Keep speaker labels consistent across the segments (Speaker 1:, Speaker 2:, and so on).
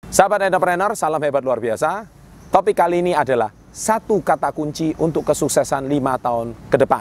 Speaker 1: Sahabat entrepreneur, salam hebat luar biasa. Topik kali ini adalah satu kata kunci untuk kesuksesan 5 tahun ke depan.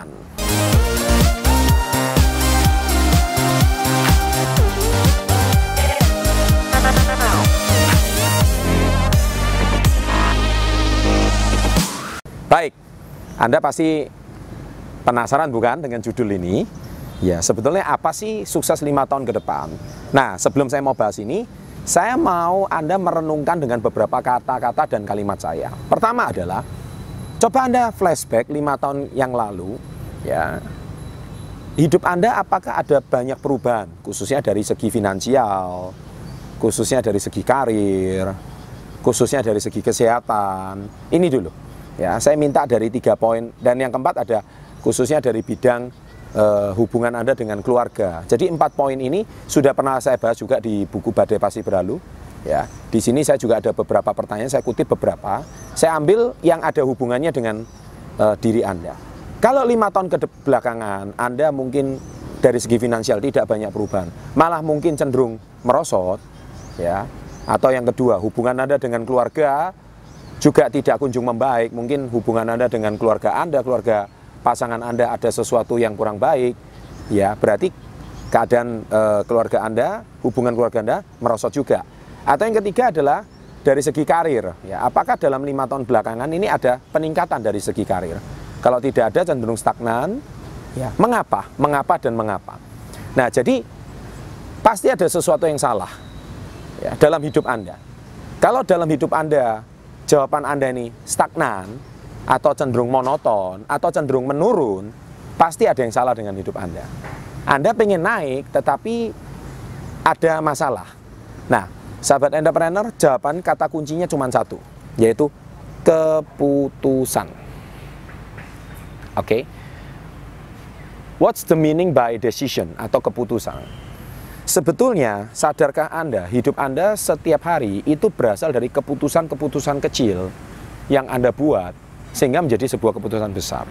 Speaker 1: Baik, Anda pasti penasaran bukan dengan judul ini? Ya, sebetulnya apa sih sukses 5 tahun ke depan? Nah, sebelum saya mau bahas ini, saya mau Anda merenungkan dengan beberapa kata-kata dan kalimat saya. Pertama adalah, coba Anda flashback 5 tahun yang lalu, ya. Hidup Anda apakah ada banyak perubahan, khususnya dari segi finansial, khususnya dari segi karir, khususnya dari segi kesehatan. Ini dulu. Ya, saya minta dari 3 poin, dan yang keempat ada khususnya dari bidang hubungan Anda dengan keluarga. Jadi 4 poin ini sudah pernah saya bahas juga di buku Badai Pasti Berlalu. Ya, di sini saya juga ada beberapa pertanyaan, saya kutip beberapa. Saya ambil yang ada hubungannya dengan diri Anda. Kalau 5 tahun ke belakangan Anda mungkin dari segi finansial tidak banyak perubahan, malah mungkin cenderung merosot, ya. Atau yang kedua, hubungan Anda dengan keluarga juga tidak kunjung membaik. Mungkin hubungan Anda dengan keluarga Anda, keluarga pasangan Anda ada sesuatu yang kurang baik, ya berarti keadaan keluarga Anda, hubungan keluarga Anda merosot juga. Atau yang ketiga adalah dari segi karir, ya apakah dalam 5 tahun belakangan ini ada peningkatan dari segi karir? Kalau tidak ada, cenderung stagnan, ya mengapa? Mengapa dan mengapa? Nah, jadi pasti ada sesuatu yang salah, ya dalam hidup Anda. Kalau dalam hidup Anda jawaban Anda ini stagnan, atau cenderung monoton, atau cenderung menurun, pasti ada yang salah dengan hidup Anda. Anda pengen naik, tetapi ada masalah. Nah, sahabat entrepreneur, jawaban kata kuncinya cuma satu, yaitu keputusan. Oke? What's the meaning by decision atau keputusan? Sebetulnya, sadarkah Anda, hidup Anda setiap hari itu berasal dari keputusan-keputusan kecil yang Anda buat, sehingga menjadi sebuah keputusan besar.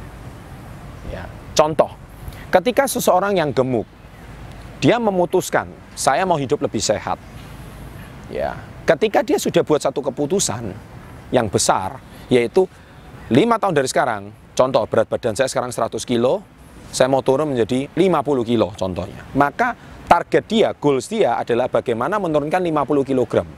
Speaker 1: Ya. Contoh, ketika seseorang yang gemuk, dia memutuskan, saya mau hidup lebih sehat. Ya. Ketika dia sudah buat satu keputusan yang besar, yaitu 5 tahun dari sekarang, contoh berat badan saya sekarang 100 kilo, saya mau turun menjadi 50 kilo contohnya. Maka target dia, goals dia adalah bagaimana menurunkan 50 kilogram.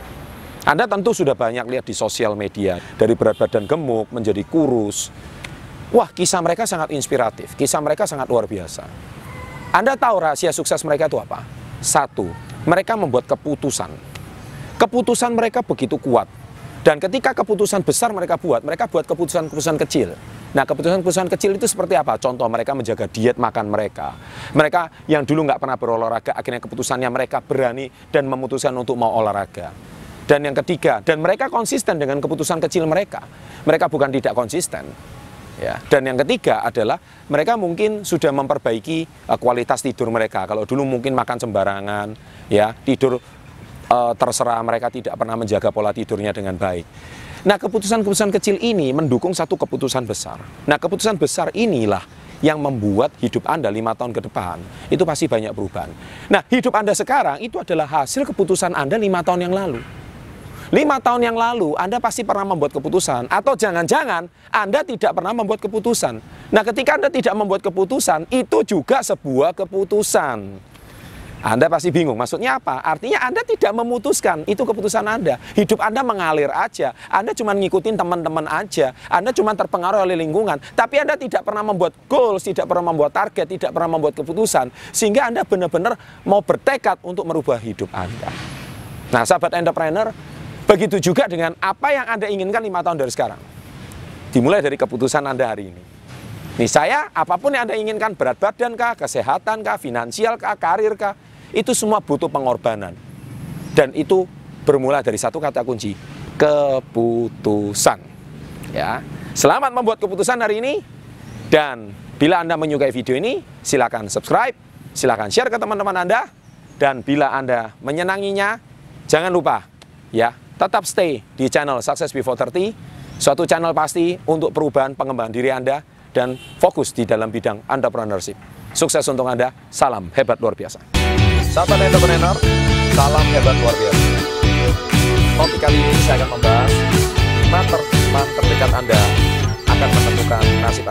Speaker 1: Anda tentu sudah banyak lihat di sosial media, dari berat badan gemuk menjadi kurus. Wah, kisah mereka sangat inspiratif, kisah mereka sangat luar biasa. Anda tahu rahasia sukses mereka itu apa? Satu, mereka membuat keputusan. Keputusan mereka begitu kuat. Dan ketika keputusan besar mereka buat keputusan-keputusan kecil. Nah, keputusan-keputusan kecil itu seperti apa? Contoh, mereka menjaga diet makan mereka. Mereka yang dulu nggak pernah berolahraga, akhirnya keputusannya mereka berani dan memutuskan untuk mau olahraga. Dan yang ketiga, dan mereka konsisten dengan keputusan kecil mereka. Mereka bukan tidak konsisten. Ya. Dan yang ketiga adalah mereka mungkin sudah memperbaiki kualitas tidur mereka. Kalau dulu mungkin makan sembarangan, ya tidur terserah, mereka tidak pernah menjaga pola tidurnya dengan baik. Nah, keputusan-keputusan kecil ini mendukung satu keputusan besar. Nah, keputusan besar inilah yang membuat hidup Anda 5 tahun ke depan itu pasti banyak perubahan. Nah, hidup Anda sekarang itu adalah hasil keputusan Anda 5 tahun yang lalu. 5 tahun yang lalu Anda pasti pernah membuat keputusan, atau jangan-jangan Anda tidak pernah membuat keputusan. Nah, ketika Anda tidak membuat keputusan, itu juga sebuah keputusan. Anda pasti bingung, maksudnya apa? Artinya Anda tidak memutuskan, itu keputusan Anda. Hidup Anda mengalir aja, Anda cuma ngikutin teman-teman aja, Anda cuma terpengaruh oleh lingkungan, tapi Anda tidak pernah membuat goals, tidak pernah membuat target, tidak pernah membuat keputusan, sehingga Anda benar-benar mau bertekad untuk merubah hidup Anda. Nah, sahabat entrepreneur, begitu juga dengan apa yang Anda inginkan 5 tahun dari sekarang. Dimulai dari keputusan Anda hari ini. Nih, saya, apapun yang Anda inginkan, berat badan kah, kesehatan kah, finansial kah, karir kah, itu semua butuh pengorbanan. Dan itu bermula dari satu kata kunci, keputusan. Ya. Selamat membuat keputusan hari ini. Dan bila Anda menyukai video ini, silakan subscribe, silakan share ke teman-teman Anda. Dan bila Anda menyenanginya, jangan lupa, ya, tetap stay di channel Success Before 30, suatu channel pasti untuk perubahan pengembangan diri Anda dan fokus di dalam bidang entrepreneurship. Sukses untuk Anda, salam hebat luar biasa. Sahabat entrepreneur, salam hebat luar biasa. kali ini saya akan membahas 5 teman terdekat Anda akan menemukan nasib